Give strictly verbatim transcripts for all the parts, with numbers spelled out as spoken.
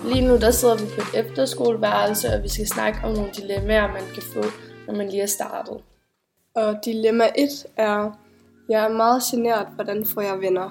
Lige nu der sidder vi på et efterskoleværelse, og vi skal snakke om nogle dilemmaer, man kan få, når man lige er startet. Og dilemma et er, jeg er meget genert, hvordan får jeg venner?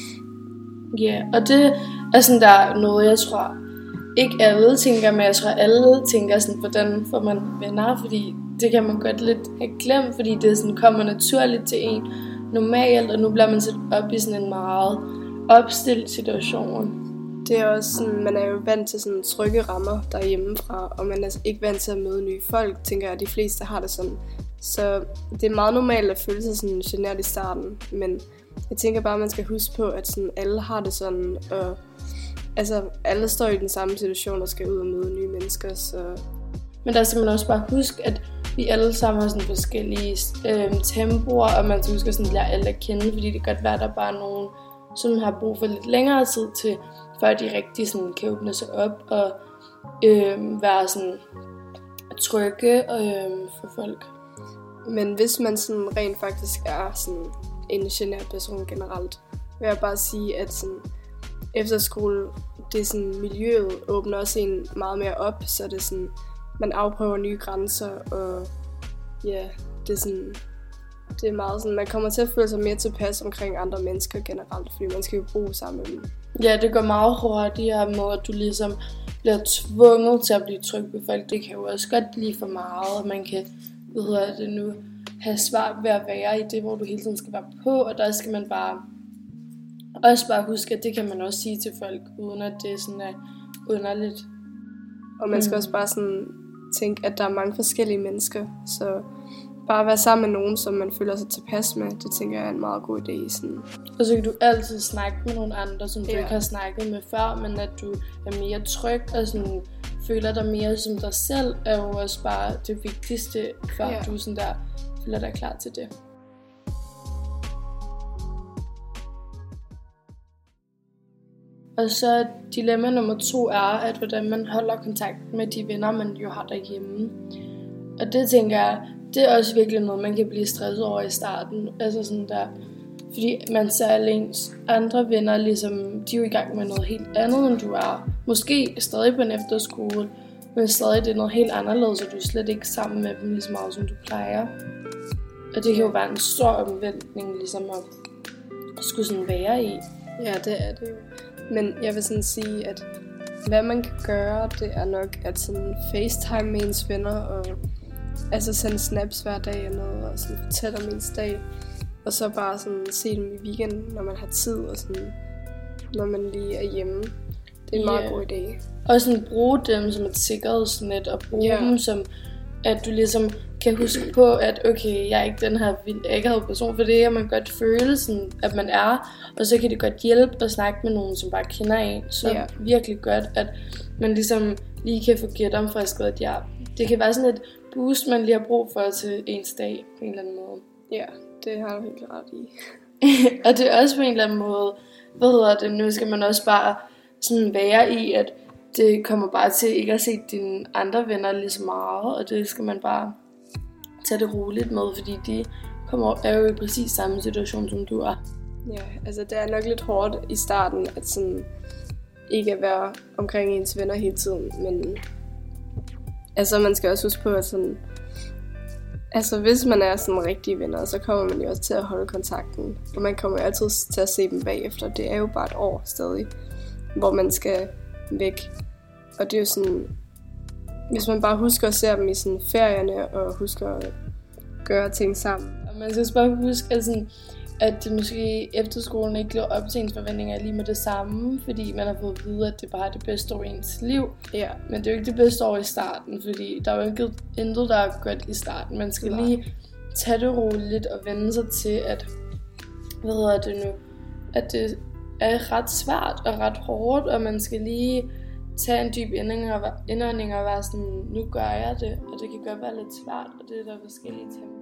Ja, yeah, og det er sådan der noget, jeg tror ikke alle tænker, men jeg tror alle tænker sådan, hvordan får man venner, fordi det kan man godt lidt have glemt, fordi det sådan kommer naturligt til en normalt, og nu bliver man sat op i sådan en meget opstillet situation. Det er også sådan, man er jo vant til sådan trygge rammer derhjemmefra, og man er ikke vant til at møde nye folk, tænker jeg, at de fleste har det sådan. Så det er meget normalt at føle sig sådan genert i starten, men jeg tænker bare, at man skal huske på, at sådan alle har det sådan, og altså alle står i den samme situation og skal ud og møde nye mennesker, så... Men der skal man også bare huske, at vi alle sammen har sådan forskellige øh, tempoer, og man skal huske at sådan lære alle at kende, fordi det kan godt være, at der bare er nogen, som har brug for lidt længere tid til, før de rigtig sådan kan åbne sig op og øh, være sådan trygge øh, for folk. Men hvis man sådan rent faktisk er sådan en genert person generelt, vil jeg bare sige, at sådan efterskole, det er sådan, miljøet åbner også en meget mere op, så det er sådan, man afprøver nye grænser, og ja, det er sådan, det er meget sådan, man kommer til at føle sig mere tilpas omkring andre mennesker generelt, fordi man skal jo bo sammen med dem. Ja, det går meget hurtigere med, at du ligesom bliver tvunget til at blive tryg ved folk. Det kan jo også godt blive for meget, og man kan, hvad hedder det nu, have svært ved at være i det, hvor du hele tiden skal være på, og der skal man bare også bare huske, at det kan man også sige til folk, uden at det sådan er underligt. Og man skal mm. også bare sådan tænke, at der er mange forskellige mennesker, så bare være sammen med nogen, som man føler sig tilpas med, det tænker jeg er en meget god idé. Sådan. Og så kan du altid snakke med nogle andre, som du ja. ikke har snakket med før, men at du er mere tryg og sådan, føler dig mere som dig selv, er jo også bare det vigtigste, før ja. du sådan der, føler dig klar til det. Og så dilemma nummer to er, at hvordan man holder kontakt med de venner, man jo har derhjemme. Og det tænker jeg, det er også virkelig noget, man kan blive stresset over i starten. Altså sådan der, fordi man ser alle ens andre venner, ligesom, de er jo i gang med noget helt andet, end du er. Måske stadig på en efterskole, men stadig det er noget helt anderledes, så du er slet ikke sammen med dem lige så meget, som du plejer. Og det kan jo være en stor omvæltning, ligesom at skulle sådan være i. Ja, det er det jo. Men jeg vil sådan sige, at hvad man kan gøre, det er nok at sådan FaceTime med ens venner, og altså sende snaps hver dag og noget, og sådan fortælle om ens dag. Og så bare sådan se dem i weekenden, når man har tid, og sådan, når man lige er hjemme. Det er en yeah. meget god idé. Og sådan bruge dem som et sikkerhedsnet, og bruge yeah. dem som, at du ligesom kan huske på, at okay, jeg er ikke den her vildt ægget person, for det kan man godt føle, sådan, at man er, og så kan det godt hjælpe at snakke med nogen, som bare kender en, så yeah. virkelig godt, at man ligesom lige kan få getomfrisket, at ja, det kan være sådan et boost, man lige har brug for til ens dag, på en eller anden måde. Ja, det har du helt ret i. Og det er også på en eller anden måde, hvad hedder det, nu skal man også bare sådan være i, at det kommer bare til ikke at se dine andre venner lige så meget, og det skal man bare tage det roligt med, fordi de kommer, er jo i præcis samme situation, som du er. Ja, altså det er nok lidt hårdt i starten, at sådan ikke at være omkring ens venner hele tiden, men altså man skal også huske på, at sådan, altså hvis man er sådan rigtige venner, så kommer man jo også til at holde kontakten, og man kommer jo altid til at se dem bagefter. Det er jo bare et år stadig, hvor man skal væk, og det er jo sådan, hvis man bare husker at se dem i sådan ferierne, og husker at gøre ting sammen. Og man skal også bare huske, at, sådan, at det måske efterskolen ikke lever op til ens forventninger lige med det samme, fordi man har fået at vide, at det bare er det bedste år i ens liv. Ja. Men det er jo ikke det bedste år i starten, fordi der er jo ikke intet, der er godt i starten. Man skal Nej. lige tage det roligt og vende sig til, at, hvad hedder det nu, at det er ret svært og ret hårdt, og man skal lige tage en dyb indånding og være sådan, nu gør jeg det, og det kan godt være lidt svært, og det er der forskellige temper.